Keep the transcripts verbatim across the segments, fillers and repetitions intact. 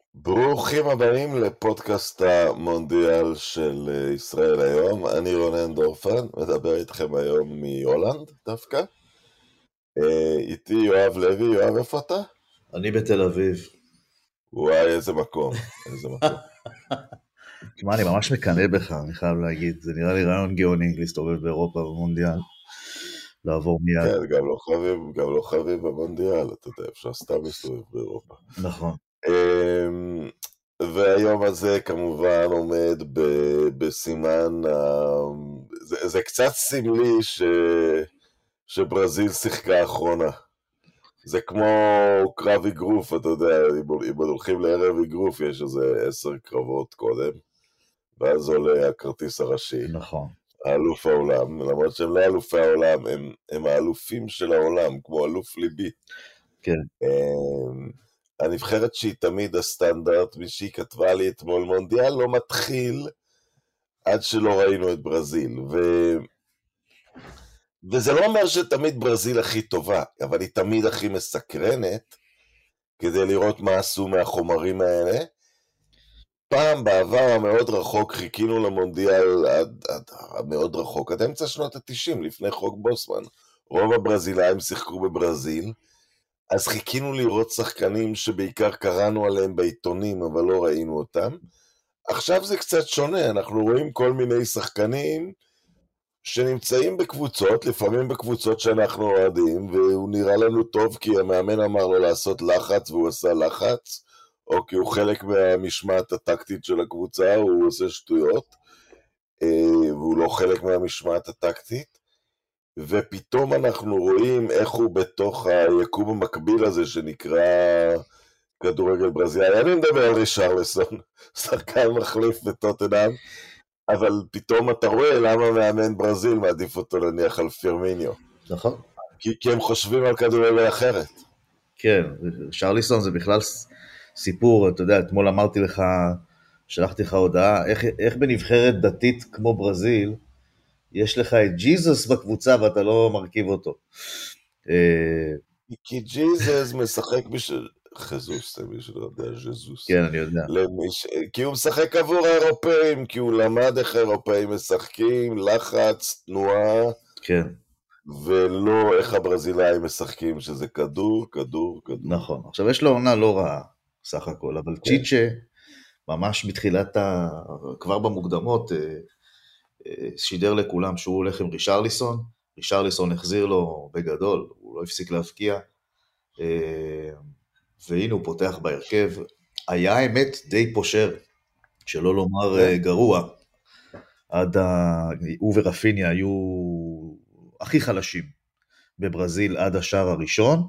ברוכים הבאים לפודקאסט המונדיאל של ישראל היום. אני רונן דורפן, מדבר איתכם היום מהולנד דווקא. איתי יואב לוי. יואב, איפה אתה? אני בתל אביב. וואי, איזה מקום, איזה מקום. תשמע, אני ממש מקנא בך, אני חייב להגיד. זה נראה לי רעיון גאוני להסתובב באירופה במונדיאל, לעבור מיד. כן, גם לא חייבים, גם לא חייבים במונדיאל, אתה יודע, אפשר סתם להסתובב באירופה. נכון. והיום הזה כמובן עומד בסימן, זה, זה קצת סמלי ש... שברזיל שיחקה האחרונה. זה כמו קרב אגרוף, אתה יודע, אם הולכים לערב אגרוף יש איזה עשר קרבות קודם, ואז עולה הכרטיס הראשי. נכון. האלוף העולם, למרות שהם לא אלופי העולם, הם, הם האלופים של העולם, כמו אלוף ליבי. כן. הנבחרת שהיא תמיד הסטנדרט, מי שהיא כתבה לי אתמול, מונדיאל לא מתחיל עד שלא ראינו את ברזיל, ו... וזה לא אומר שתמיד ברזיל הכי טובה, אבל היא תמיד הכי מסקרנת, כדי לראות מה עשו מהחומרים האלה. פעם בעבר המאוד רחוק, חיכינו למונדיאל עד, עד המאוד רחוק, עד אמצע שנות ה-תשעים, לפני חוק בוסמן. רוב הברזילאים שיחקו בברזיל, אז חיכינו לראות שחקנים שבעיקר קראנו עליהם בעיתונים, אבל לא ראינו אותם. עכשיו זה קצת שונה, אנחנו רואים כל מיני שחקנים שנמצאים בקבוצות, לפעמים בקבוצות שאנחנו אוהדים, והוא נראה לנו טוב כי המאמן אמר לו לעשות לחץ והוא עשה לחץ, או כי הוא חלק מהמשמעת הטקטית של הקבוצה, הוא עושה שטויות, והוא לא חלק מהמשמעת הטקטית, ופתאום אנחנו רואים איך הוא בתוך היקום המקביל הזה שנקרא כדורגל ברזילאי. אני מדבר על רישרליסון, שחקן מחליף בטוטנהאם, אבל פתאום אתה רואה למה מאמן ברזיל מעדיף אותו להניח על פירמיניו. נכון. כי, כי הם חושבים על כדורגל אחרת. כן, רישרליסון זה בכלל סיפור, אתה יודע, אתמול אמרתי לך, שלחתי לך הודעה, איך, איך בנבחרת דתית כמו ברזיל, יש לך את ג'יזוס בקבוצה ואתה לא מרכיב אותו. כי ג'יזוס משחק בשביל... חזוס, מי שלא יודע, ז'זוס. כן, אני יודע. למש... כי הוא משחק עבור האירופאים, כי הוא למד איך האירופאים משחקים, לחץ, תנועה, כן. ולא איך הברזילאים משחקים, שזה כדור, כדור, כדור. נכון. עכשיו, יש לו עונה לא רעה, סך הכל, אבל כן. צ'יצ'ה, ממש בתחילת ה... כבר במוקדמות, שידר לכולם שהוא הולך עם רישרליסון, רישרליסון החזיר לו בגדול, הוא לא הפסיק להפקיע, והנה הוא פותח בהרכב, היה האמת די פושר, שלא לומר גרוע, עד ה... הוא ורפיניה היו הכי חלשים בברזיל עד השער הראשון,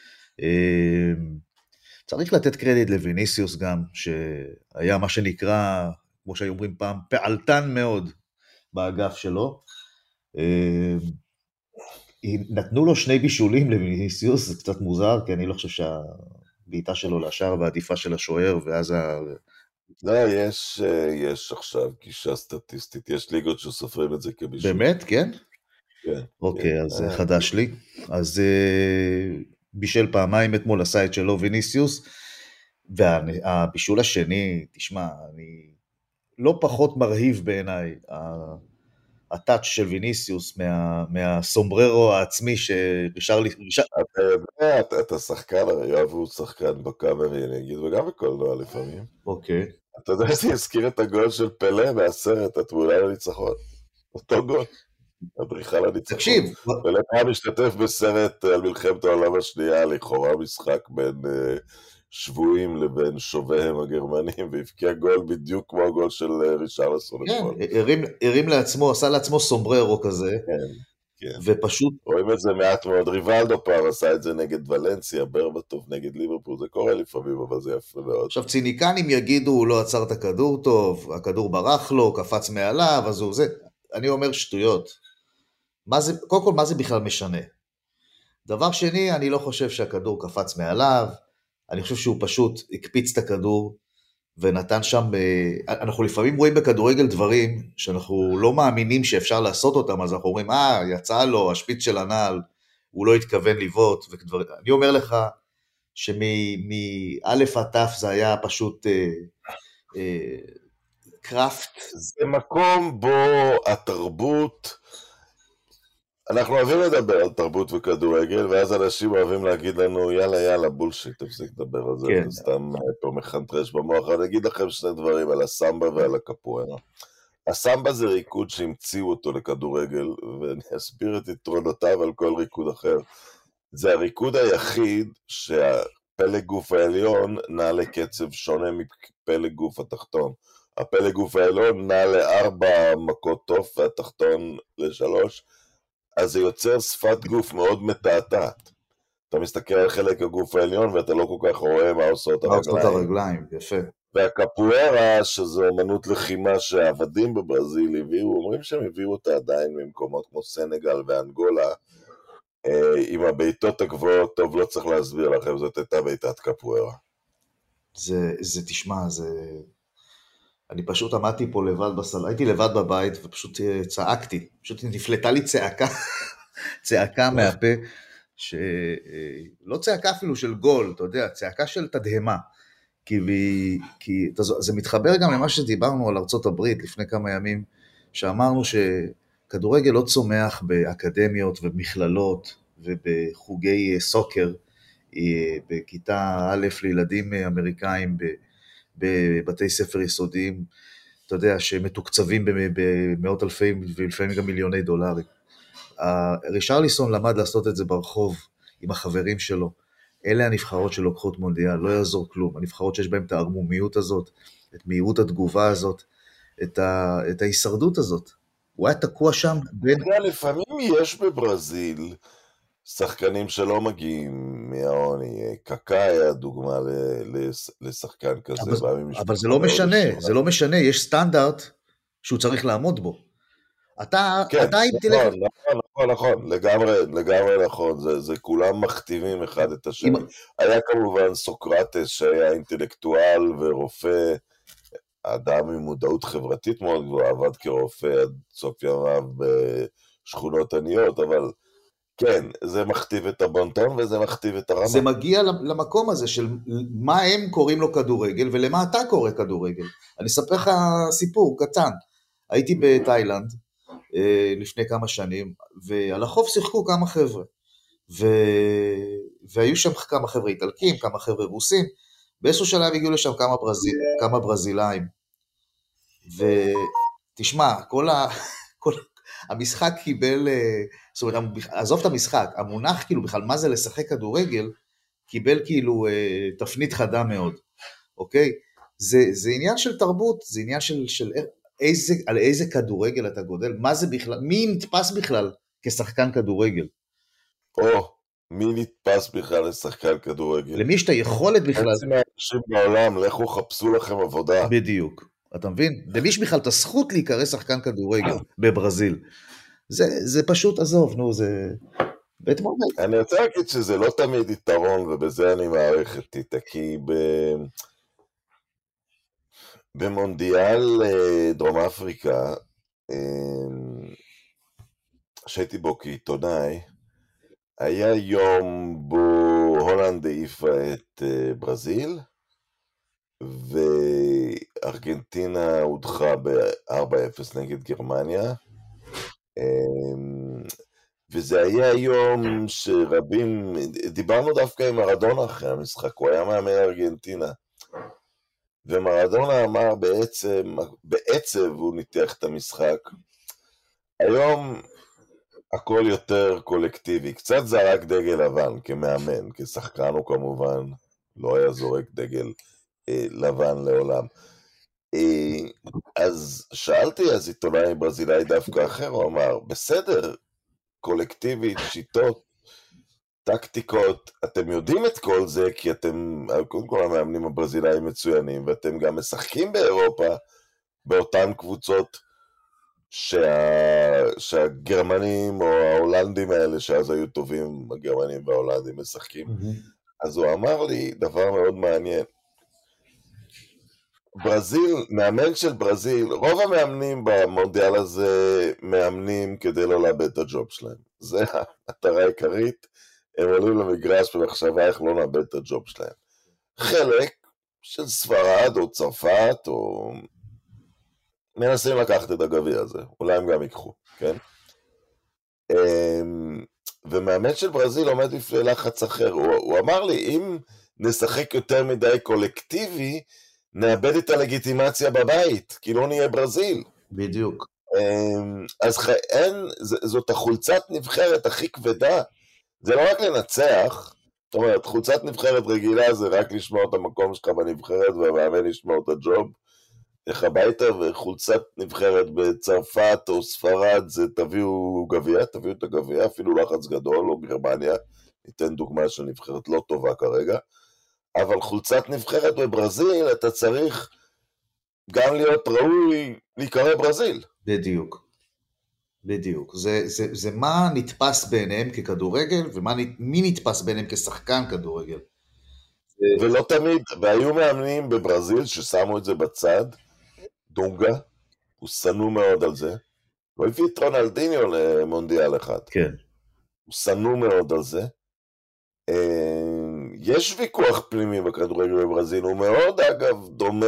צריך לתת קרדיט לויניסיוס גם, שהיה מה שנקרא, כמו שהיו אומרים פעם, פעלתן מאוד באגף שלו, נתנו לו שני בישולים לויניסיוס, זה קצת מוזר, כי אני לא חושב שהבעיטה שלו לשער והעדיפה של השוער, ואז ה... לא, יש, יש עכשיו גישה סטטיסטית, יש ליגות שסופרים את זה כבישול. באמת, כן? כן. אוקיי, אז זה חדש לי. אז בישל פעמיים אתמול עשה את שלו ויניסיוס, והבישול השני, תשמע, אני לא פחות מרהיב בעיניי, הטאץ' של ויניסיוס מהסומבררו העצמי שרישר לי... אתה יודע, אתה שחקן, הרי יואב הוא שחקן בקאמרי, אני אגיד, וגם בקולנוע לפעמים. אוקיי. אתה יודע שזה הזכיר את הגול של פלה מהסרט, התמונה לניצחון. אותו גול. הדריכה לניצחון. תקשיב. פלה פעם משתתף בסרט על מלחמת העולם השנייה, לכאורה משחק בין שבויים לבין שוביהם הגרמנים, והבקיע גול בדיוק כמו הגול של רישרליסון. כן, הרים לעצמו, עשה לעצמו סומבררו כזה. כן. כן. ופשוט... רואים את זה מעט מאוד, ריבלדו פעם עשה את זה נגד ולנסיה, ברבטוב נגד ליברפול, זה קורה לפעמים, אבל זה יפה מאוד. עכשיו ציניקנים יגידו, הוא לא עצר את הכדור טוב, הכדור ברח לו, קפץ מעליו, אז הוא זה, אני אומר שטויות. מה זה, קודם כל, מה זה בכלל משנה? דבר שני, אני לא חושב שהכדור קפץ מעליו, אני חושב שהוא פשוט הקפיץ את הכדור, ונתן שם, אנחנו לפעמים רואים בכדורגל דברים, שאנחנו לא מאמינים שאפשר לעשות אותם, אז אנחנו אומרים, אה, יצא לו, השפיץ של הנעל, הוא לא התכוון לבעוט, וכדברים. אני אומר לך, שמא' עד ת' זה היה פשוט אה, אה, קראפט. זה מקום בו התרבות, אנחנו אוהבים לדבר על תרבות וכדורגל, ואז אנשים אוהבים להגיד לנו, יאללה יאללה בולשיט, תפסיק לדבר על זה, כן. אתה סתם פה מחנטרש במוח. אני אגיד לכם שני דברים על הסמבה ועל הקפוארה. הסמבה זה ריקוד שהמציאו אותו לכדורגל, ואני אסביר את יתרונותיו על כל ריקוד אחר. זה הריקוד היחיד שהפלג גוף העליון נע לקצב שונה מפלג גוף התחתון. הפלג גוף העליון נע לארבע מכות תוף והתחתון לשלוש, אז זה יוצר שפת גוף מאוד מתעתעת. אתה מסתכל על חלק הגוף העליון ואתה לא כל כך רואה מה עושות מה עושות הרגליים. הרגליים, יפה. והקפוארה, שזו אמנות לחימה שהעבדים בברזיל הביאו, אומרים שהם הביאו אותה עדיין ממקומות כמו סנגל ואנגולה, עם הביתות הגבוהות, טוב, לא צריך להסביר לכם, זאת הייתה ביתת קפוארה. זה, זה תשמע, זה... אני פשוט עמדתי פה לבד בסל, הייתי לבד בבית ופשוט צעקתי, פשוט נפלטה לי צעקה, צעקה מהפה, שלא צעקה אפילו של גול, אתה יודע, צעקה של תדהמה, כי, כי זה מתחבר גם למה שדיברנו על ארצות הברית לפני כמה ימים, שאמרנו שכדורגל לא צומח באקדמיות ומכללות ובחוגי סוקר, בכיתה א' לילדים אמריקאים, בבתי ספר יסודיים, אתה יודע, שמתוקצבים במאות אלפי ולפעמים גם מיליוני דולרים. רישרליסון למד לעשות את זה ברחוב עם החברים שלו. אלה הנבחרות שלוקחות מונדיאל, לא יעזור כלום. הנבחרות שיש בהן את הערמומיות הזאת, את מהירות התגובה הזאת, את, ה, את ההישרדות הזאת. הוא היה תקוע שם בין... אתה יודע, לפעמים יש בברזיל שחקנים שלא מגיעים מהעוני. קקה היה דוגמה לשחקן כזה. אבל, אבל זה לא משנה, זה לא משנה, יש סטנדרט שהוא צריך לעמוד בו. אתה, כן, אתה נכון, תלך... נכון, נכון, נכון, לגמרי, לגמרי נכון, זה, זה כולם מכתיבים אחד את השני. עם... היה כמובן סוקרטס שהיה אינטלקטואל ורופא, אדם עם מודעות חברתית מאוד גבוהה, עבד כרופא עד סוף ימיו בשכונות עניות, אבל כן, זה מכתיב את הבונטון וזה מכתיב את הרמה. זה מגיע למקום הזה של מה הם קוראים לו כדורגל ולמה אתה קורא כדורגל. אני אספר לך סיפור קטן. הייתי בתאילנד לפני כמה שנים, ועל החוף שיחקו כמה חבר'ה. ו... והיו שם כמה חבר'ה איטלקים, כמה חבר'ה רוסים, באיזשהו שלב הגיעו לשם כמה, ברזיל... כמה ברזילאים. ותשמע, כל ה... כל... המשחק קיבל, זאת אומרת, עזוב את המשחק, המונח כאילו בכלל מה זה לשחק כדורגל, קיבל כאילו תפנית חדה מאוד, אוקיי? זה, זה עניין של תרבות, זה עניין של, של איזה, על איזה כדורגל אתה גודל, מה זה בכלל, מי נתפס בכלל כשחקן כדורגל? או, מי נתפס בכלל לשחקן כדורגל? למי יש את היכולת בכלל? חצי מהאנשים בעולם, לכו חפשו לכם עבודה. בדיוק. אתה מבין? למי יש בכלל את הזכות להיקרא שחקן כדורגל בברזיל. זה, זה פשוט עזוב, נו, זה... ואתמול... אני רוצה להגיד שזה לא תמיד יתרון, ובזה אני מעריך את טיטה, כי ב... במונדיאל דרום אפריקה, שהייתי בו כעיתונאי, היה יום בו הולנד העיפה את ברזיל, וארגנטינה הודחה ב-ארבע אפס נגד גרמניה, וזה היה יום שרבים, דיברנו דווקא עם מרדונה אחרי המשחק, הוא היה מאמן ארגנטינה, ומרדונה אמר בעצם, בעצב הוא ניתח את המשחק, היום הכל יותר קולקטיבי, קצת זרק דגל לבן כמאמן, כשחקן הוא כמובן לא היה זורק דגל לבן לעולם. אז שאלתי אז עיתונאי ברזילאי דווקא אחר, הוא אמר, בסדר, קולקטיבית, שיטות, טקטיקות, אתם יודעים את כל זה, כי אתם, קודם כל המאמנים הברזילאים מצוינים, ואתם גם משחקים באירופה, באותן קבוצות שה... שהגרמנים או ההולנדים האלה, שאז היו טובים, הגרמנים וההולנדים משחקים. Mm-hmm. אז הוא אמר לי דבר מאוד מעניין, ברזיל, מאמן של ברזיל, רוב המאמנים במונדיאל הזה מאמנים כדי לא לאבד את הג'וב שלהם. זה המטרה העיקרית, הם עולים למגרש במחשבה איך לא נאבד את הג'וב שלהם. חלק של ספרד או צרפת או מנסים לקחת את הגביע הזה, אולי הם גם ייקחו, כן? ומאמן של ברזיל עומד בפני לחץ אחר, הוא, הוא אמר לי, אם נשחק יותר מדי קולקטיבי, נאבד את הלגיטימציה בבית, כי לא נהיה ברזיל. בדיוק. אז אין, זאת החולצת נבחרת הכי כבדה, זה לא רק לנצח, זאת אומרת, חולצת נבחרת רגילה זה רק לשמור את המקום שלך בנבחרת, והמאמן לשמור את הג'וב, איך הביתה, וחולצת נבחרת בצרפת או ספרד זה תביאו גביע, תביאו את הגביע, אפילו לחץ גדול, או גרמניה, ניתן דוגמה של נבחרת לא טובה כרגע, אבל חולצת נבחרת בברזיל, אתה צריך גם להיות ראוי להיקרא ברזיל. בדיוק, בדיוק. זה, זה, זה מה נתפס בעיניהם ככדורגל, ומי נתפס בעיניהם כשחקן כדורגל. ולא תמיד, והיו מאמנים בברזיל ששמו את זה בצד, דונגה, הוא שנוא מאוד על זה, הוא הביא את רונלדיניו למונדיאל אחד. כן. הוא שנוא מאוד על זה. יש ויכוח פנימי בכדורגל בברזיל, הוא מאוד אגב דומה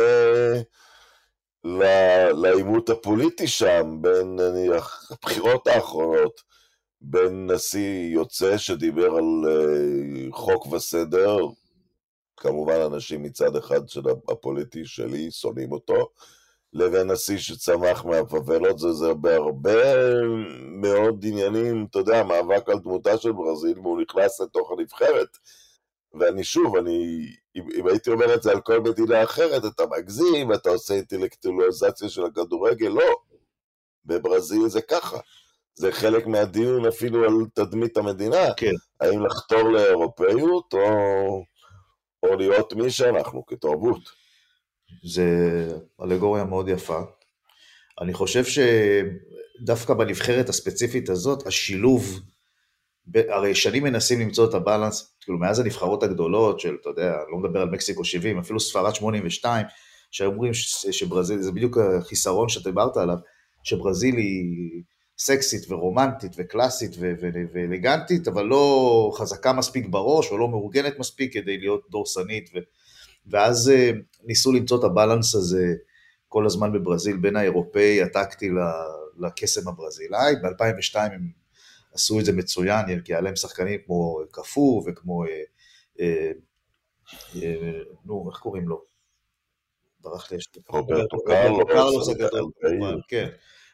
לעימות הפוליטי שם, בין הבחירות האחרונות, בין נשיא יוצא שדיבר על חוק וסדר, כמובן אנשים מצד אחד של הפוליטי שלי שונאים אותו, לבין נשיא שצמח מהפבלות, זה, זה בהרבה מאוד עניינים, אתה יודע, מאבק על דמותה של ברזיל, והוא נכנס לתוך הנבחרת, ואני שוב, אני, אם, אם הייתי אומר את זה על כל מדינה אחרת, אתה מגזים, אתה עושה אינטלקטואליזציה של הכדורגל, לא, בברזיל זה ככה, זה חלק מהדיון אפילו על תדמית המדינה, כן. האם לחתור לאירופאיות, או, או להיות מי שאנחנו כתרבות. זה אלגוריה מאוד יפה. אני חושב שדווקא בנבחרת הספציפית הזאת, השילוב, הרי שנים מנסים למצוא את הבאלנס, כאילו מאז הנבחרות הגדולות של, אתה יודע, לא מדבר על מקסיקו שבעים, אפילו ספרד שמונים ושתיים, שאומרים שברזיל, זה בדיוק החיסרון שאתה דיברת עליו, שברזיל היא סקסית ורומנטית וקלאסית ואלגנטית, אבל לא חזקה מספיק בראש, או לא מאורגנת מספיק כדי להיות דורסנית ו... ואז ניסו למצוא את הבלנס הזה כל הזמן בברזיל, בין האירופאי הטקטי לקסם הברזילאי. ב-אלפיים ושתיים הם עשו את זה מצוין, כי היה להם שחקנים כמו קפו וכמו, אה, אה, אה, נו, איך קוראים לו? ברח לי, רוברטו קרלוס הגדול, כן,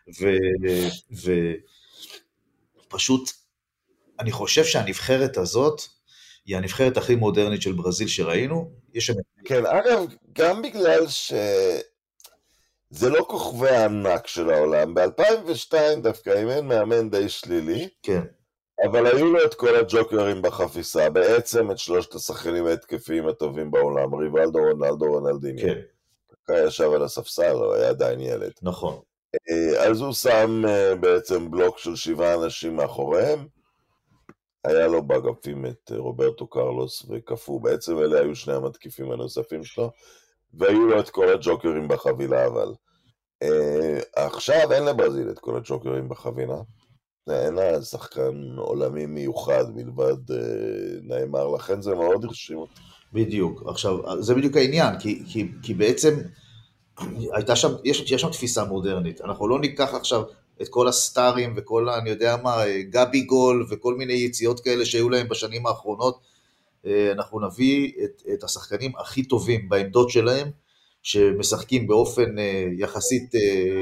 ופשוט, אני חושב שהנבחרת הזאת, היא הנבחרת הכי מודרנית של ברזיל שראינו. יש... כן, אגב, גם בגלל שזה לא כוכבי הענק של העולם, ב-אלפיים ושתיים דווקא אימן מאמן די שלילי, כן. אבל היו לו את כל הג'וקרים בחפיסה, בעצם את שלושת השחקנים ההתקפיים הטובים בעולם, ריבלדו, רונלדו, רונלדיניו. כן. הוא ישב על הספסל, הוא היה עדיין ילד. נכון. אז הוא שם בעצם בלוק של שבעה אנשים מאחוריהם, היה לו באגפים את רוברטו קרלוס וקפו, בעצם אלה היו שני המתקיפים הנוספים שלו, והיו לו את כל הג'וקרים בחבילה, אבל אה, עכשיו אין לברזיל את כל הג'וקרים בחבילה, אין לה שחקן עולמי מיוחד מלבד אה, נאמר, לכן זה מאוד הרשים אותי. בדיוק, עכשיו זה בדיוק העניין, כי, כי, כי בעצם הייתה שם, יש, יש שם תפיסה מודרנית, אנחנו לא ניקח עכשיו את כל הסטארים וכל, אני יודע מה, גבי גול וכל מיני יציאות כאלה שהיו להם בשנים האחרונות, אנחנו נביא את, את השחקנים הכי טובים בעמדות שלהם, שמשחקים באופן יחסית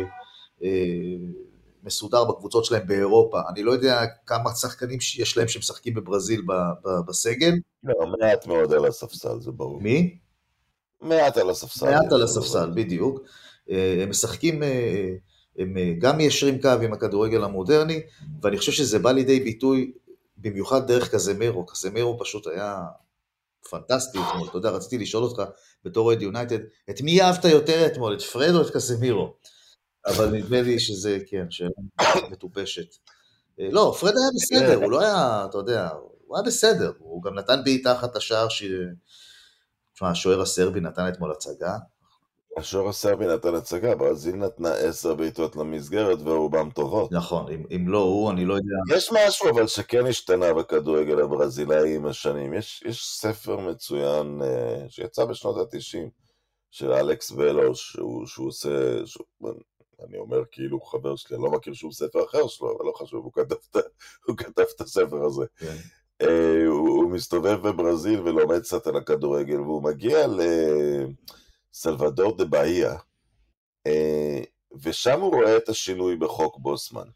מסודר בקבוצות שלהם באירופה. אני לא יודע כמה שחקנים יש להם שמשחקים בברזיל בסגל. לא, מעט מאוד על הספסל, זה ברור. מי? מעט על הספסל. מעט על הספסל, בדיוק. הם משחקים... הם גם מיישרים קו עם הכדורגל המודרני, ואני חושב שזה בא לידי ביטוי, במיוחד דרך קזמירו. קזמירו פשוט היה פנטסטי אתמול. אתה יודע, רציתי לשאול אותך, בתור אוהד יונייטד, את מי אהבת יותר אתמול, את פרד או את קזמירו? אבל נדמה לי שזה, כן, שאלה מטופשת. לא, פרד היה בסדר, הוא לא היה, אתה יודע, הוא היה בסדר, הוא גם נתן בעיטה אחת השער, השוער הסרבי נתן אתמול הצגה. השוער הסרבי נתן הצגה, ברזיל נתנה עשר בעיטות למסגרת ורובם טובות. נכון, אם, אם לא הוא, אני לא יודע. יש משהו אבל שכן השתנה בכדורגל הברזילאי עם השנים. יש, יש ספר מצוין uh, שיצא בשנות ה-תשעים של אלכס ולו, שהוא, שהוא עושה, שהוא, אני אומר כאילו הוא חבר שלי, אני לא מכיר שום ספר אחר שלו, אבל לא חשוב, הוא כתב, הוא כתב את הספר הזה. כן. Uh, הוא, הוא מסתובב בברזיל ולומד קצת על הכדורגל, והוא מגיע לסלבדור דה באיה, uh, ושם הוא רואה את השינוי בחוק בוסמן.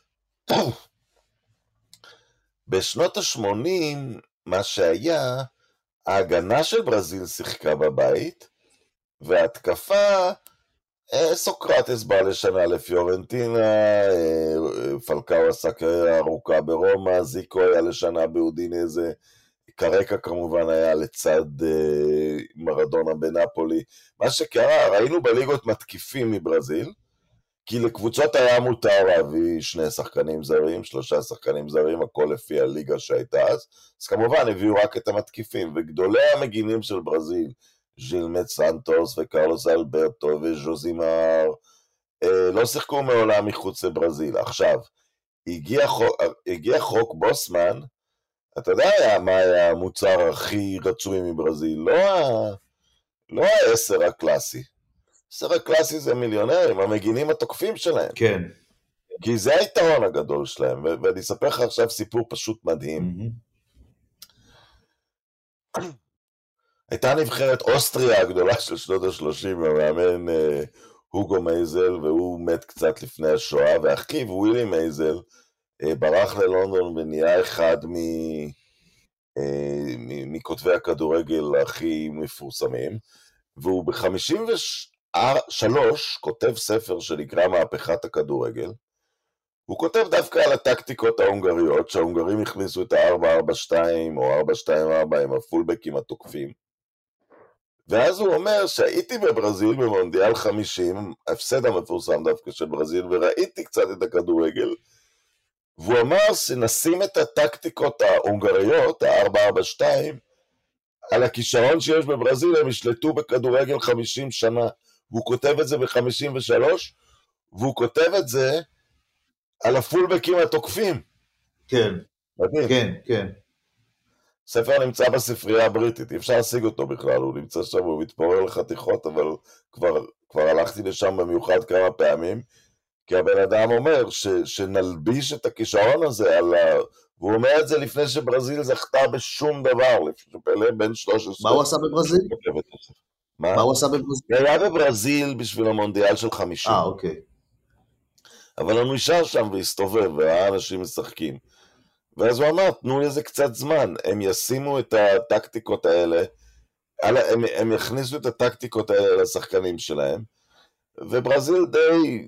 בשנות ה-שמונים, מה שהיה, ההגנה של ברזיל שיחקה בבית, וההתקפה, סוקרטס בא לשנה לפיורנטינה, פלקאו עשה קריירה ארוכה ברומא, זיקו היה לשנה באודינזה, קרקע כמובן היה לצד מרדונה בנפולי. מה שקרה, ראינו בליגות מתקיפים מברזיל, כי לקבוצות היה מותר להביא שני שחקנים זרים, שלושה שחקנים זרים, הכל לפי הליגה שהייתה אז, אז כמובן הביאו רק את המתקיפים, וגדולי המגינים של ברזיל, ז'ילמט סנטוס וקרלוס אלברטו וז'וזימר, אה, לא שיחקו מעולם מחוץ לברזיל. עכשיו, הגיע חוק, הגיע חוק בוסמן, אתה יודע מה היה המוצר הכי רצוי מברזיל, לא, לא העשר הקלאסי, העשר הקלאסי זה מיליונרים, המגינים התוקפים שלהם. כן. כי זה היתרון הגדול שלהם, ו- ואני אספר לך עכשיו סיפור פשוט מדהים. Mm-hmm. הייתה נבחרת אוסטריה הגדולה של שנות ה-שלושים, המאמן אה, הוגו מייזל, והוא מת קצת לפני השואה, ואחיו ווילי מייזל אה, ברח ללונדון ונהיה אחד מ... אה, מ- מכותבי הכדורגל הכי מפורסמים, והוא ב-חמישים ושלוש כותב ספר שנקרא מהפכת הכדורגל. הוא כותב דווקא על הטקטיקות ההונגריות, שההונגרים הכניסו את ה-ארבע ארבע שתיים או ארבע שתיים ארבע עם הפולבקים התוקפים. ואז הוא אומר שהייתי בברזיל במונדיאל חמישים, ההפסד המפורסם דווקא של ברזיל, וראיתי קצת את הכדורגל, והוא אמר שנשים את הטקטיקות ההונגריות, ה-ארבע ארבע שתיים, על הכישרון שיש בברזיל, הם ישלטו בכדורגל חמישים שנה, והוא כותב את זה ב-חמישים ושלוש, והוא כותב את זה על הפולבקים התוקפים. כן, מדהים. כן, כן. ספר נמצא בספרייה הבריטית, אי אפשר להשיג אותו בכלל, הוא נמצא שם, הוא מתפורר לחתיכות, אבל כבר, כבר הלכתי לשם במיוחד כמה פעמים, כי הבן אדם אומר ש, שנלביש את הכישרון הזה על ה... והוא אומר את זה לפני שברזיל זכתה בשום דבר, לפני שפלא בן שלוש עשרה. מה הוא עשה בברזיל? מה? מה הוא עשה בברזיל? הוא היה בברזיל בשביל המונדיאל של חמישים. אה, אוקיי. אבל הוא נשאר שם והסתובב, והאנשים משחקים. ואז הוא אמר, תנו לזה קצת זמן, הם ישימו את הטקטיקות האלה, הם, הם יכניסו את הטקטיקות האלה לשחקנים שלהם, וברזיל די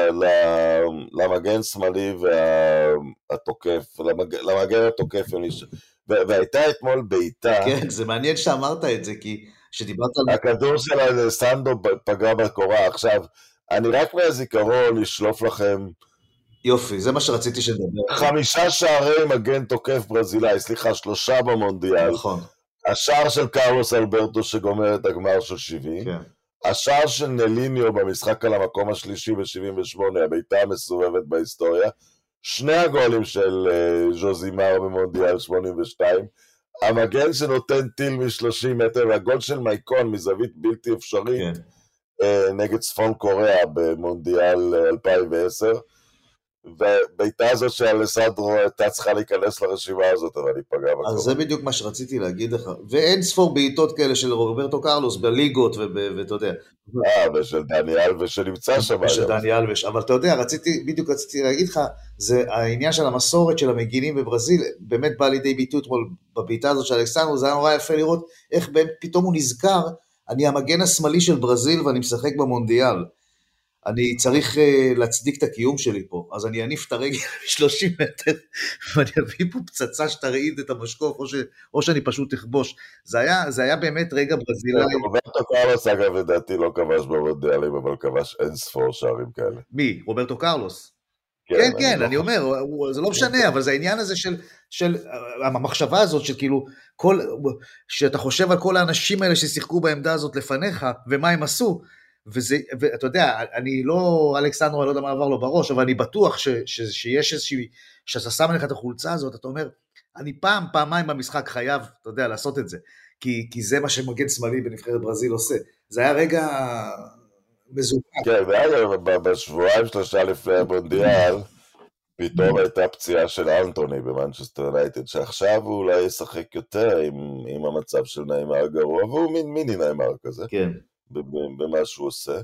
למגן שמאלי והתוקף, למגן התוקף, והייתה אתמול בעיטה. כן, זה מעניין שאמרת את זה, כי שדיברת על... הכדור של אלסנדרו פגע בקורה. עכשיו, אני רק מהזיכרון לשלוף לכם, יופי, זה מה שרציתי שדבר. חמישה שערי מגן תוקף ברזילאי, סליחה, שלושה במונדיאל. נכון. השער של קרלוס אלברטו שגומר את הגמר של שבעים. כן. השער של נליניו במשחק על המקום השלישי ב-שבעים ושמונה, הביתה המסובבת בהיסטוריה. שני הגולים של uh, ז'וזימר במונדיאל שמונים ושתיים. המגן שנותן טיל מ-שלושים מטר, והגול של מייקון מזווית בלתי אפשרית, כן. uh, נגד צפון קוריאה במונדיאל אלפיים ועשר. וביתה הזאת שאלסנדרו הייתה צריכה להיכנס לרשימה הזאת, אבל היא פגעה בקורה. אז זה בדיוק מה שרציתי להגיד לך. ואין ספור בעיטות כאלה של רוברטו קרלוס בליגות, ואתה יודע. אה, ושל דניאל ושנמצא שם. ושל דניאל וש... אבל אתה יודע, רציתי, בדיוק רציתי להגיד לך, זה העניין של המסורת של המגינים בברזיל, באמת בא לידי ביטוי אתמול בביתה הזאת של אלכסנדרו, זה היה נורא יפה לראות איך פתאום הוא נזכר, אני המגן השמאלי של ברזיל ואני משחק במונדיאל. אני צריך uh, להצדיק את הקיום שלי פה, אז אני אניף את הרגל ב-שלושים מטר, ואני אביא פה פצצה שתרעיד את המשקוף, או, ש... או שאני פשוט תכבוש. זה היה, זה היה באמת רגע ברזילאי. רוברטו קרלוס, אגב, לדעתי לא כבש במונדיאלים, אבל כבש אין ספור שערים כאלה. מי? רוברטו קרלוס? כן, כן, כן, אני אומר, זה לא משנה, אבל זה העניין הזה של, של המחשבה הזאת, של כאילו, כל, שאתה חושב על כל האנשים האלה ששיחקו בעמדה הזאת לפניך, ומה הם עשו, וזה, ואתה יודע, אני לא, אלכסנדרו, אני לא יודע מה עבר לו בראש, אבל אני בטוח ש, ש, שיש איזושהי, שאתה שם לך את החולצה הזאת, אתה אומר, אני פעם, פעמיים במשחק חייב, אתה יודע, לעשות את זה, כי, כי זה מה שמגן שמאלי בנבחרת ברזיל עושה. זה היה רגע מזומן. כן, ואגב, בשבועיים שלושה לפני המונדיאל, פתאום הייתה פציעה של אנטוני במנצ'סטר יונייטד, שעכשיו הוא אולי ישחק יותר עם, עם המצב של ניימר גרוע, והוא מין מיני ניימר כזה, כן. במה שהוא עושה.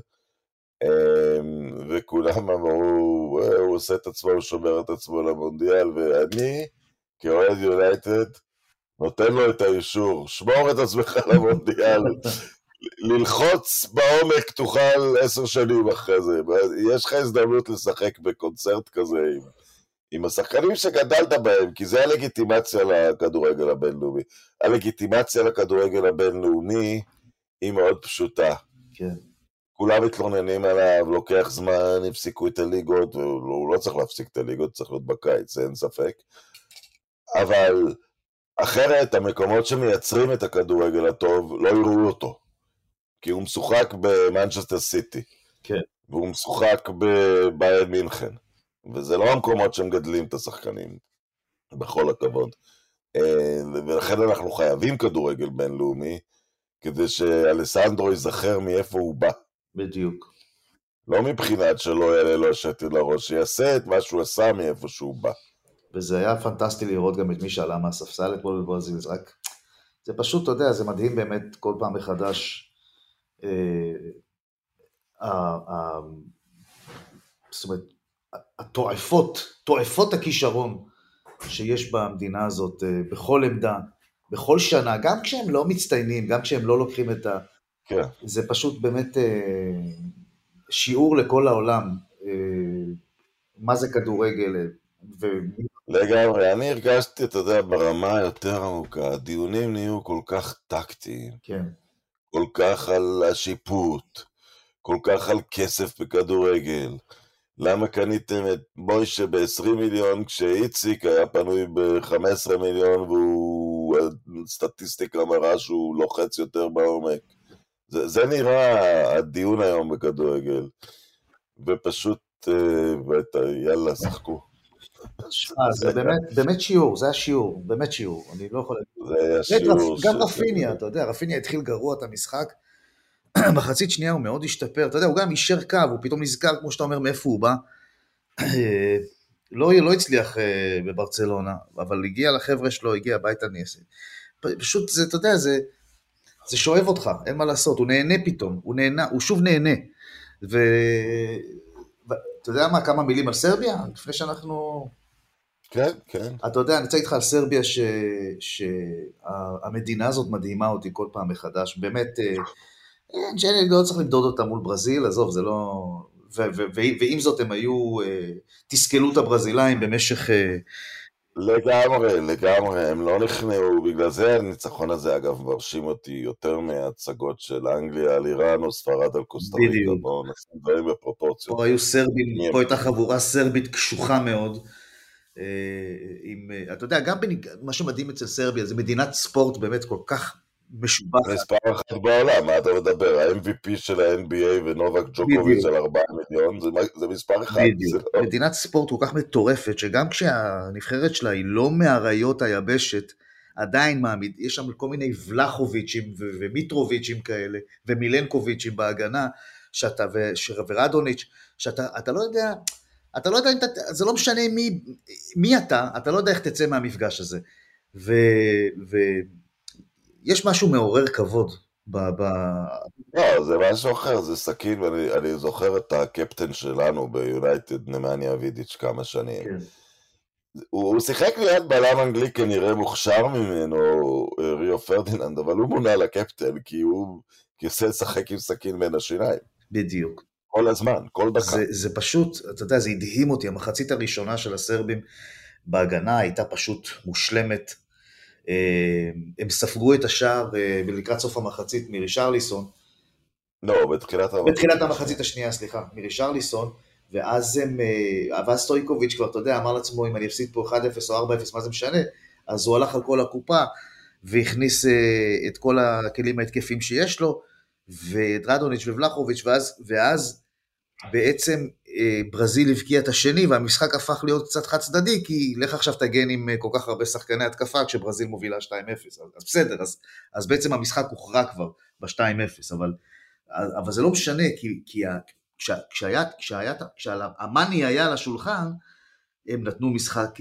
וכולם אמרו, הוא עושה את עצמו, הוא שומר את עצמו למונדיאל, ואני, כאוהד יונייטד, נותן לו את האישור, שמור את עצמך למונדיאל, ללחוץ בעומק תוכל עשר שנים אחרי זה, יש לך הזדמנות לשחק בקונצרט כזה עם, עם השחקנים שגדלת בהם, כי זה הלגיטימציה לכדורגל הבינלאומי. הלגיטימציה לכדורגל הבינלאומי היא מאוד פשוטה. כן. כולם מתלוננים עליו, לוקח זמן, הפסיקו את הליגות, והוא לא צריך להפסיק את הליגות, צריך להיות בקיץ, אין ספק. אבל אחרת, המקומות שמייצרים את הכדורגל הטוב, לא יראו אותו. כי הוא משוחק במנצ'סטר סיטי. כן. והוא משוחק בביירן מינכן. וזה לא המקומות שמגדלים את השחקנים, בכל הכבוד. ולכן אנחנו חייבים כדורגל בינלאומי, כדי שאלסנדרו ייזכר מאיפה הוא בא. בדיוק. לא מבחינת שלא יעלה לו השתן לראש, שיעשה את מה שהוא עשה מאיפה שהוא בא. וזה היה פנטסטי לראות גם את מי שעלה מהספסל אתמול בברזיל, זה רק, זה פשוט, אתה יודע, זה מדהים באמת כל פעם מחדש, אה, אה, אה, זאת אומרת, התועפות, תועפות הכישרון שיש במדינה הזאת, אה, בכל עמדה, בכל שנה, גם כשהם לא מצטיינים, גם כשהם לא לוקחים את ה... כן. זה פשוט באמת אה, שיעור לכל העולם, אה, מה זה כדורגל, ו... לגמרי, אני הרגשתי, אתה יודע, ברמה יותר עמוקה, הדיונים נהיו כל כך טקטיים, כן. כל כך על השיפוט, כל כך על כסף בכדורגל. למה קניתם את מוישה ב-עשרים מיליון כשאיציק היה פנוי ב-חמישה עשר מיליון והוא, סטטיסטיקה מראה שהוא לוחץ יותר בעומק. זה, זה נראה הדיון היום בכדורגל, ופשוט, יאללה, שחקו. זה באמת, באמת שיעור, זה השיעור, באמת שיעור, אני לא יכול להגיד. זה היה שיעור. גם רפיניה, אתה יודע, רפיניה התחיל גרוע את המשחק, מחצית שנייה הוא מאוד השתפר, אתה יודע, הוא גם אישר קו, הוא פתאום נזכר, כמו שאתה אומר, מאיפה הוא בא. לא, לא הצליח בברצלונה, אבל הגיע לחבר'ה שלו, הגיע הביתה ניסי. פשוט, זה, אתה יודע, זה, זה שואב אותך, אין מה לעשות, הוא נהנה פתאום, הוא נהנה, הוא שוב נהנה. ו... אתה יודע מה, כמה מילים על סרביה? לפני שאנחנו... כן, כן. אתה יודע, אני רוצה להגיד לך על סרביה שהמדינה הזאת מדהימה אותי כל פעם מחדש, באמת, שאני לא צריך למדוד אותה מול ברזיל, עזוב, זה לא... ועם זאת הם היו, תסכלו את הברזילאים במשך... לגמרי, לגמרי, הם לא נכנעו, בגלל זה הניצחון הזה, אגב, מרשים אותי יותר מההצגות של אנגליה על איראן או ספרד על קוסטה ריקה, בואו נשים דברים בפרופורציות. פה היו סרבים, פה הייתה חבורה סרבית קשוחה מאוד, עם, אתה יודע, גם מה שמדהים אצל סרביה, זה מדינת ספורט באמת כל כך משובחת. מספר אחת בעולם, מה אתה מדבר? ה-אם וי פי של ה-אן בי איי ונובק ג'וקוביץ' על ארבעה מיליון, זה, זה מספר אחד. בדיוק. לא... מדינת ספורט כל כך מטורפת, שגם כשהנבחרת שלה היא לא מאריות היבשת, עדיין מעמיד, יש שם כל מיני ולחוביצ'ים ו- ומיטרוביצ'ים כאלה, ומילנקוביצ'ים בהגנה, שאתה, ו- ורדוניץ', שאתה אתה לא יודע... אתה לא יודע, אם אתה, זה לא משנה מי, מי אתה, אתה לא יודע איך תצא מהמפגש הזה. ויש משהו מעורר כבוד. ב, ב... לא, זה משהו אחר, זה סכין, ואני אני זוכר את הקפטן שלנו ביונייטד, נמניה וידיץ' כמה שנים. כן. הוא, הוא שיחק ליד בלם אנגלי כנראה מוכשר ממנו, ריו פרדיננד, אבל הוא מונה לקפטן, כי הוא כיסה לשחק עם סכין בין השיניים. בדיוק. כל הזמן, כל דקה. זה, זה פשוט, אתה יודע, זה הדהים אותי, המחצית הראשונה של הסרבים בהגנה הייתה פשוט מושלמת, הם ספגו את השער לקראת סוף המחצית מרישרליסון. לא, בתחילת המחצית. בתחילת המחצית השנייה, סליחה, מרישרליסון, ואז הם, ואז סטויקוביץ' כבר, אתה יודע, אמר לעצמו, אם אני אפסיד פה אחד אפס או ארבע אפס, מה זה משנה? אז הוא הלך על כל הקופה, והכניס את כל הכלים ההתקפים שיש לו, ודרדוניץ' ובלחוביץ', ואז, ואז בעצם ברזיל הבקיע את השני, והמשחק הפך להיות קצת חד צדדי, כי לך עכשיו תגן עם כל כך הרבה שחקני התקפה, כשברזיל מובילה שתיים אפס, אז בסדר, אז, אז בעצם המשחק הוכרע כבר ב-שתיים אפס, אבל, אבל זה לא משנה, כי, כי כשה, כשהיה, כשהיה, כשהמאני היה על השולחן, הם נתנו משחק...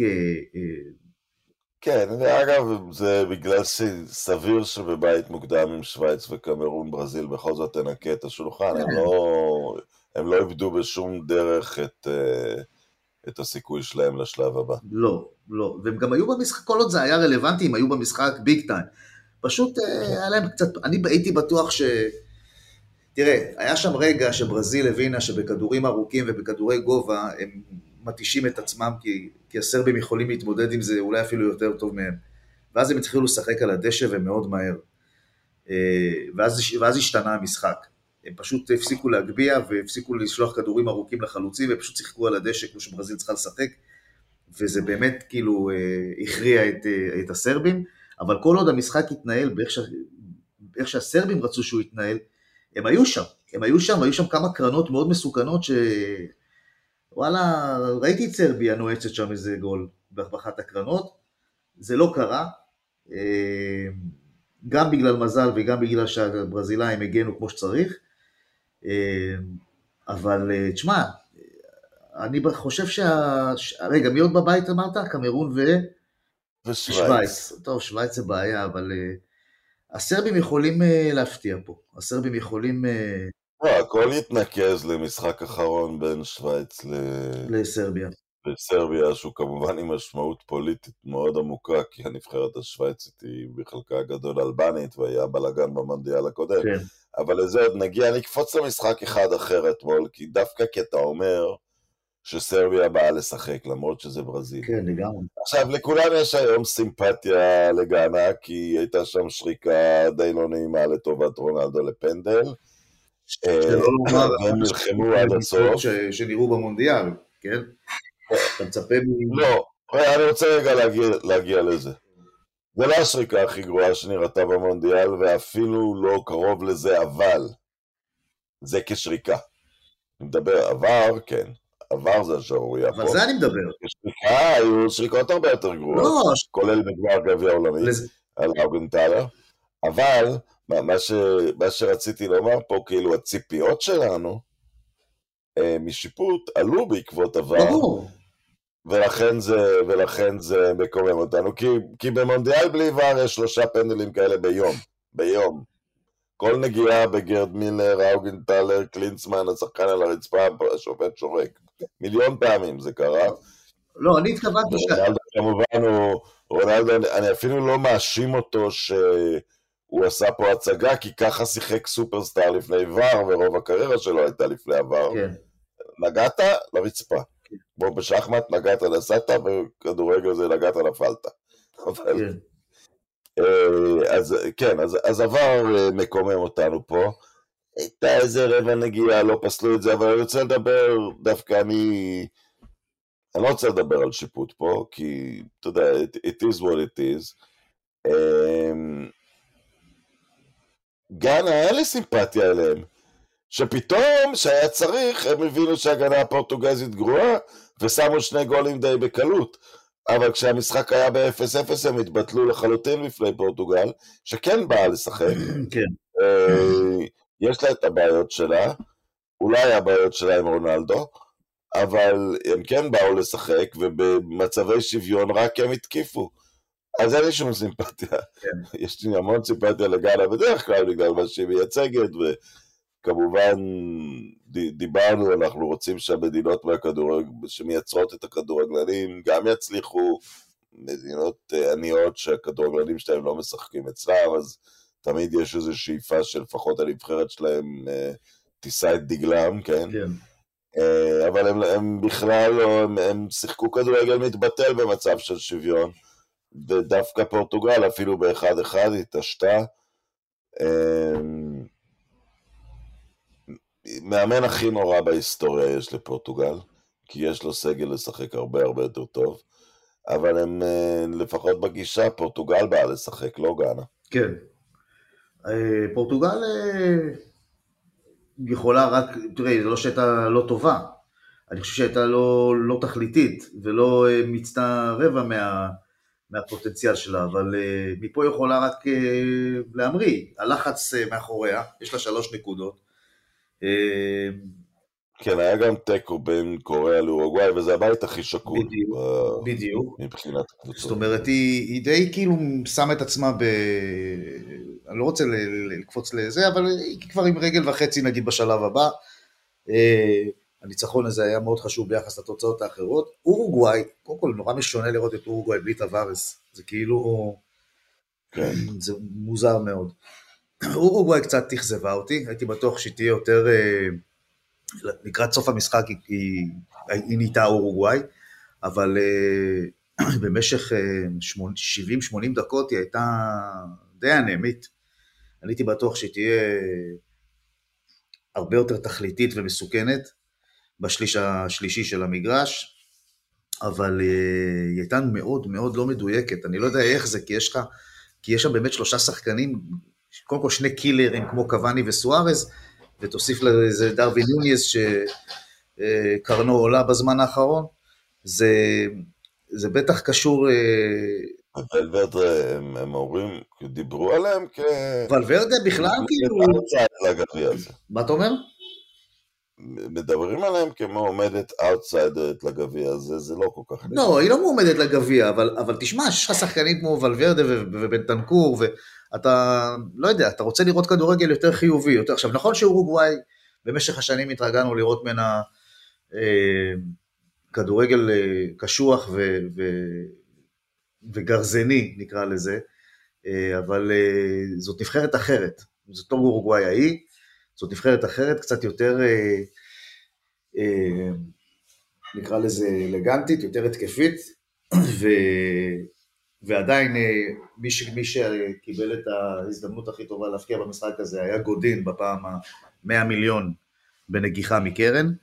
כן, ואגב, זה בגלל שסביר שבבית מוקדם עם שוויץ וקמרון, ברזיל בכל זאת תנקה את השולחן, הם לא... הם לא איבדו בשום דרך את, את הסיכוי שלהם לשלב הבא. לא, לא. והם גם היו במשחק, כל עוד זה היה רלוונטי, הם היו במשחק ביג טיים. פשוט היה להם קצת, אני הייתי בטוח ש... תראה, היה שם רגע שברזיל הבינה שבכדורים ארוכים ובכדורי גובה, הם מתישים את עצמם, כי, כי הסרבים יכולים להתמודד עם זה אולי אפילו יותר טוב מהם. ואז הם התחילו לשחק על הדשא ומאוד מהר. ואז, ואז השתנה המשחק. הם פשוט הפסיקו להגביע, והפסיקו לשלוח כדורים ארוכים לחלוצים, ופשוט שיחקו על הדשא כמו שברזיל צריכה לשחק, וזה באמת כאילו הכריע את, את הסרבים, אבל כל עוד המשחק התנהל באיך ש... איך שהסרבים רצו שהוא יתנהל, הם היו שם, הם היו שם, היו שם כמה קרנות מאוד מסוכנות, ש... וואלה, ראיתי את סרביה נועצת שם איזה גול באחת הקרנות, זה לא קרה, גם בגלל מזל וגם בגלל שהברזילאים הגנו כמו שצריך, אבל תשמע, אני חושב שה... רגע, מי עוד בבית אמרת? קמרון ו... ושוויץ. טוב, שוויץ זה בעיה, אבל הסרבים יכולים להפתיע פה. הסרבים יכולים... לא, הכל יתנקז למשחק אחרון בין שוויץ ל... לסרביה. לסרביה, שהוא כמובן עם משמעות פוליטית מאוד עמוקה, כי הנבחרת השוויצית היא בחלקה הגדול אלבנית, והיה בלגן במונדיאל הקודם. כן. אבל לזה עוד נגיע, אני אקפוץ למשחק אחד אחר אתמול, כי דווקא כי אתה אומר שסרביה באה לשחק, למרות שזה ברזיל. כן, לגמרי. עכשיו, לכולם יש היום סימפתיה לגאנה, כי הייתה שם שריקה די לא נעימה לטובת רונלדו לפנדל. שלא לומר, והם נלחמו עד הסוף. שנראו במונדיאל, כן? אתה מצפה מ... לא, אני רוצה רגע להגיע, להגיע לזה. זה לא השריקה הכי גרועה שנראתה במונדיאל, ואפילו לא קרוב לזה, אבל זה כשריקה. אני מדבר עבר, כן, עבר זה השערוריה פה. אבל זה אני מדבר. כשריקה היו שריקות הרבה יותר גרועות, לא. כולל בגמר גביע עולמי, לזה... על ארגנטלה. אבל מה, ש... מה שרציתי לומר פה, כאילו הציפיות שלנו משיפוט עלו בעקבות עבר. ברור. ולכן זה, ולכן זה מקומם אותנו, כי, כי במונדיאל בלי ור יש שלושה פנדלים כאלה ביום, ביום. כל נגיעה בגרד מילר, אוגנטלר, קלינצמן, השחקן על הרצפה, השופט שורק. מיליון פעמים זה קרה. לא, אני התכוונתי ש... רונלדו כמובן הוא, רונלדו, אני אפילו לא מאשים אותו שהוא עשה פה הצגה, כי ככה שיחק סופרסטאר לפני ור, ורוב הקריירה שלו הייתה לפני עבר. כן. נגעת לרצפה. בו בשחמט נגעת נסעת, וכדורגל זה נגעת נפלת. אבל... אז כן, אז, אז עבר מקומם אותנו פה. הייתה איזה רבע נגיעה, לא פסלו את זה, אבל אני רוצה לדבר, דווקא אני... אני לא רוצה לדבר על שיפוט פה, כי, אתה יודע, it, it is what it is. גאנה, היה לי סימפתיה אליהם. שפתאום, שהיה צריך, הם הבינו שההגנה הפורטוגזית גרועה, ושמו שני גולים די בקלות. אבל כשהמשחק היה ב-אפס אפס, הם התבטלו לחלוטין בפני פורטוגל, שכן באה לשחק. כן. יש לה את הבעיות שלה, אולי הבעיות שלה עם רונלדו, אבל הם כן באו לשחק, ובמצבי שוויון רק הם התקיפו. אז אין לי שום סימפתיה. כן. יש לי המון סימפתיה לגאנה בדרך כלל, בגלל מה שהיא מייצגת, וכמובן דיברנו, אנחנו רוצים שהמדינות שמייצרות את הכדורגלנים גם יצליחו, מדינות עניות שהכדורגלנים שלהם לא משחקים אצלם, אז תמיד יש איזו שאיפה שלפחות הנבחרת שלהם תישא את דגלם, כן? כן. אבל הם, הם בכלל לא, הם, הם שיחקו כדורגל מתבטל במצב של שוויון, ודווקא פורטוגל אפילו באחד אחד התעשתה. מאמן הכי נורא בהיסטוריה יש לפורטוגל, כי יש לו סגל לשחק הרבה הרבה יותר טוב, אבל הם לפחות בגישה, פורטוגל באה לשחק, לא גאנה. כן. פורטוגל יכולה רק, תראה, זה לא שהייתה לא טובה, אני חושב שהייתה לא, לא תכליתית, ולא אה, מיצתה רבע מה, מהפוטנציאל שלה, אבל אה, מפה יכולה רק אה, להמריא, הלחץ אה, מאחוריה, יש לה שלוש נקודות. אה, כן, היה גם תיקו בין קוריאה לאורוגוואי, וזה הבית הכי שקול בדיוק, ב- בדיוק. מבחינת זאת הקבוצות. אומרת, היא, היא די כאילו שמה את עצמה ב... אני לא רוצה ל- ל- לקפוץ לזה, אבל היא כבר עם רגל וחצי נגיד בשלב הבא. אה, הניצחון הזה היה מאוד חשוב ביחס לתוצאות האחרות. אורוגוואי, קודם כל נורא משונה לראות את אורוגוואי בלי טווארס, זה כאילו, כן. זה מוזר מאוד. אורוגוואי קצת תכזבה אותי, הייתי בטוח שהיא תהיה יותר, אה, לקראת סוף המשחק היא, היא, היא נהייתה אורוגוואי, אבל אה, במשך שבעים שמונים דקות היא הייתה די אנמית. אני הייתי בטוח שהיא תהיה הרבה יותר תכליתית ומסוכנת בשליש השלישי של המגרש, אבל uh, היא הייתה מאוד מאוד לא מדויקת, אני לא יודע איך זה, כי יש לך, כי יש שם באמת שלושה שחקנים, קודם כל שני קילרים כמו קוואני וסוארז, ותוסיף לזה דרווין נוניז שקרנו עולה בזמן האחרון, זה, זה בטח קשור... ולוורדה, הם, הם אומרים, דיברו עליהם כ... ולוורדה בכלל כאילו... לגביע הזה. מה אתה אומר? מדברים עליהם כמו עומדת אאוטסיידרית לגביע הזה, זה לא כל כך... לא, היא לא מועמדת לגביע, אבל, אבל תשמע, יש לך שחקנים כמו ולוורדה ובנטנקור, ואתה, לא יודע, אתה רוצה לראות כדורגל יותר חיובי, יותר. עכשיו, נכון שאורוגוואי, במשך השנים התרגלנו לראות ממנה אה, כדורגל אה, קשוח ו, ו, וגרזני, נקרא לזה, אה, אבל אה, זאת נבחרת אחרת. זאת לא אורוגוואי ההיא, זאת נבחרת אחרת, קצת יותר... אה, אה, נקרא לזה אלגנטית, יותר התקפית, ו... ועדיין מי, ש... מי שקיבל את ההזדמנות הכי טובה להפקיע במשחק הזה היה גודין בפעם ה-מאה מיליון בנגיחה מקרן,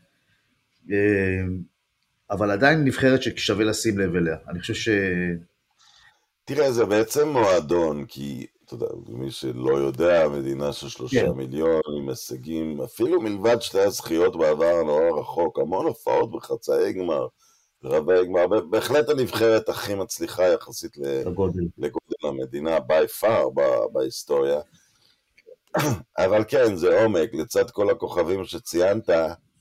אבל עדיין נבחרת ששווה לשים לב אליה. אני חושב ש... תראה, זה בעצם מועדון, כי, אתה יודע, מי שלא יודע, מדינה של שלושה כן. מיליון, עם הישגים, אפילו מלבד שתי הזכיות בעבר נורא רחוק, המון הופעות בחצאי גמר, רבעי גמר, בהחלט הנבחרת הכי מצליחה יחסית לגודל. לגודל המדינה, by far בהיסטוריה. אבל כן, זה עומק, לצד כל הכוכבים שציינת,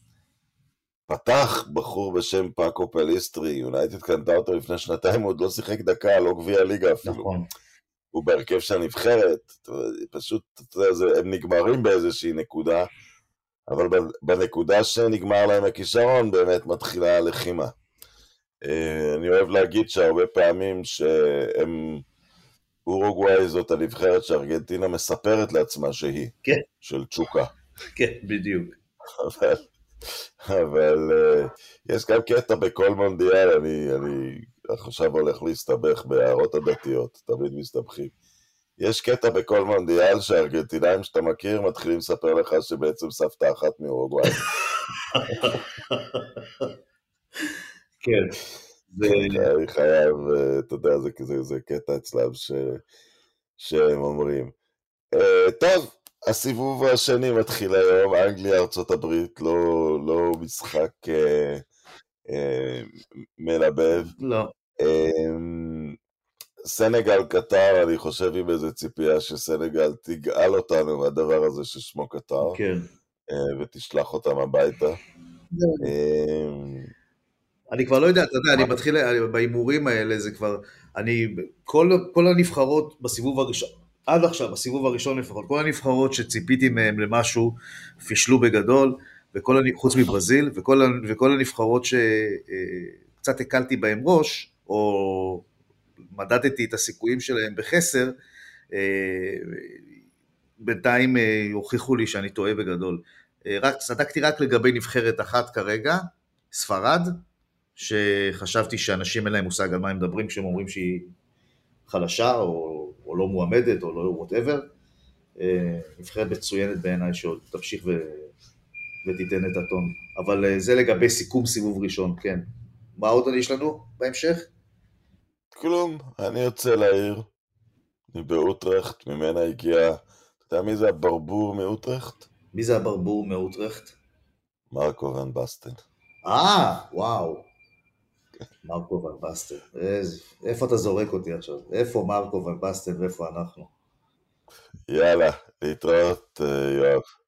פתח בחור בשם פאקו פליסטרי, יונייטד קנתה אותו לפני שנתיים, הוא עוד לא שיחק דקה, לא גביע ליגה אפילו. נכון. הוא בהרכב של הנבחרת, פשוט, הם נגמרים באיזושהי נקודה, אבל בנקודה שנגמר להם הכישרון, באמת מתחילה הלחימה. אני אוהב להגיד שהרבה פעמים שהם, אורוגוואי זאת הנבחרת שארגנטינה מספרת לעצמה שהיא, כן. של צ'וקה. כן, בדיוק. אבל... אבל uh, יש גם קטע בכל מונדיאל, אני, אני עכשיו הולך להסתבך בהערות הדתיות, תמיד מסתבכים. יש קטע בכל מונדיאל שהארגנטינאים שאתה מכיר מתחילים לספר לך שבעצם סבתא אחת מאורוגוואי. כן. אני חייב, אתה יודע, זה, זה, זה קטע אצלם ש, שהם אומרים. Uh, טוב, הסיבוב השני מתחיל היום, אנגליה, ארצות הברית, לא, לא משחק אה, אה, מלבב. לא. אה, סנגל קטר, אני חושב עם איזה ציפייה שסנגל תגאל אותנו מהדבר הזה ששמו קטר, כן. אה, ותשלח אותם הביתה. אה, אני כבר לא יודע, אתה יודע, אני מתחיל, בהימורים האלה זה כבר, אני, כל, כל הנבחרות בסיבוב הראשון, עד עכשיו, בסיבוב הראשון לפחות, כל הנבחרות שציפיתי מהם למשהו, פישלו בגדול, וכל, חוץ מברזיל, וכל, וכל הנבחרות שקצת הקלתי בהם ראש, או מדדתי את הסיכויים שלהם בחסר, בינתיים הוכיחו לי שאני טועה בגדול. רק, צדקתי רק לגבי נבחרת אחת כרגע, ספרד, שחשבתי שאנשים אין להם מושג על מה הם מדברים כשהם אומרים שהיא חלשה או, או לא מועמדת או לא whatever. נבחרת מצוינת בעיניי שעוד תמשיך ו... ותיתן את הטון. אבל זה לגבי סיכום סיבוב ראשון, כן. מה עוד יש לנו בהמשך? כלום, אני יוצא לעיר, אני באוטרחט, ממנה הגיע, אתה יודע מי זה הברבור מאוטרחט? מי זה הברבור מאוטרחט? מרקו ון בסטן. אה, וואו. מרקו ון בסטן. איזה... איפה אתה זורק אותי עכשיו? איפה מרקו ון בסטן ואיפה אנחנו? יאללה, להתראות יואב.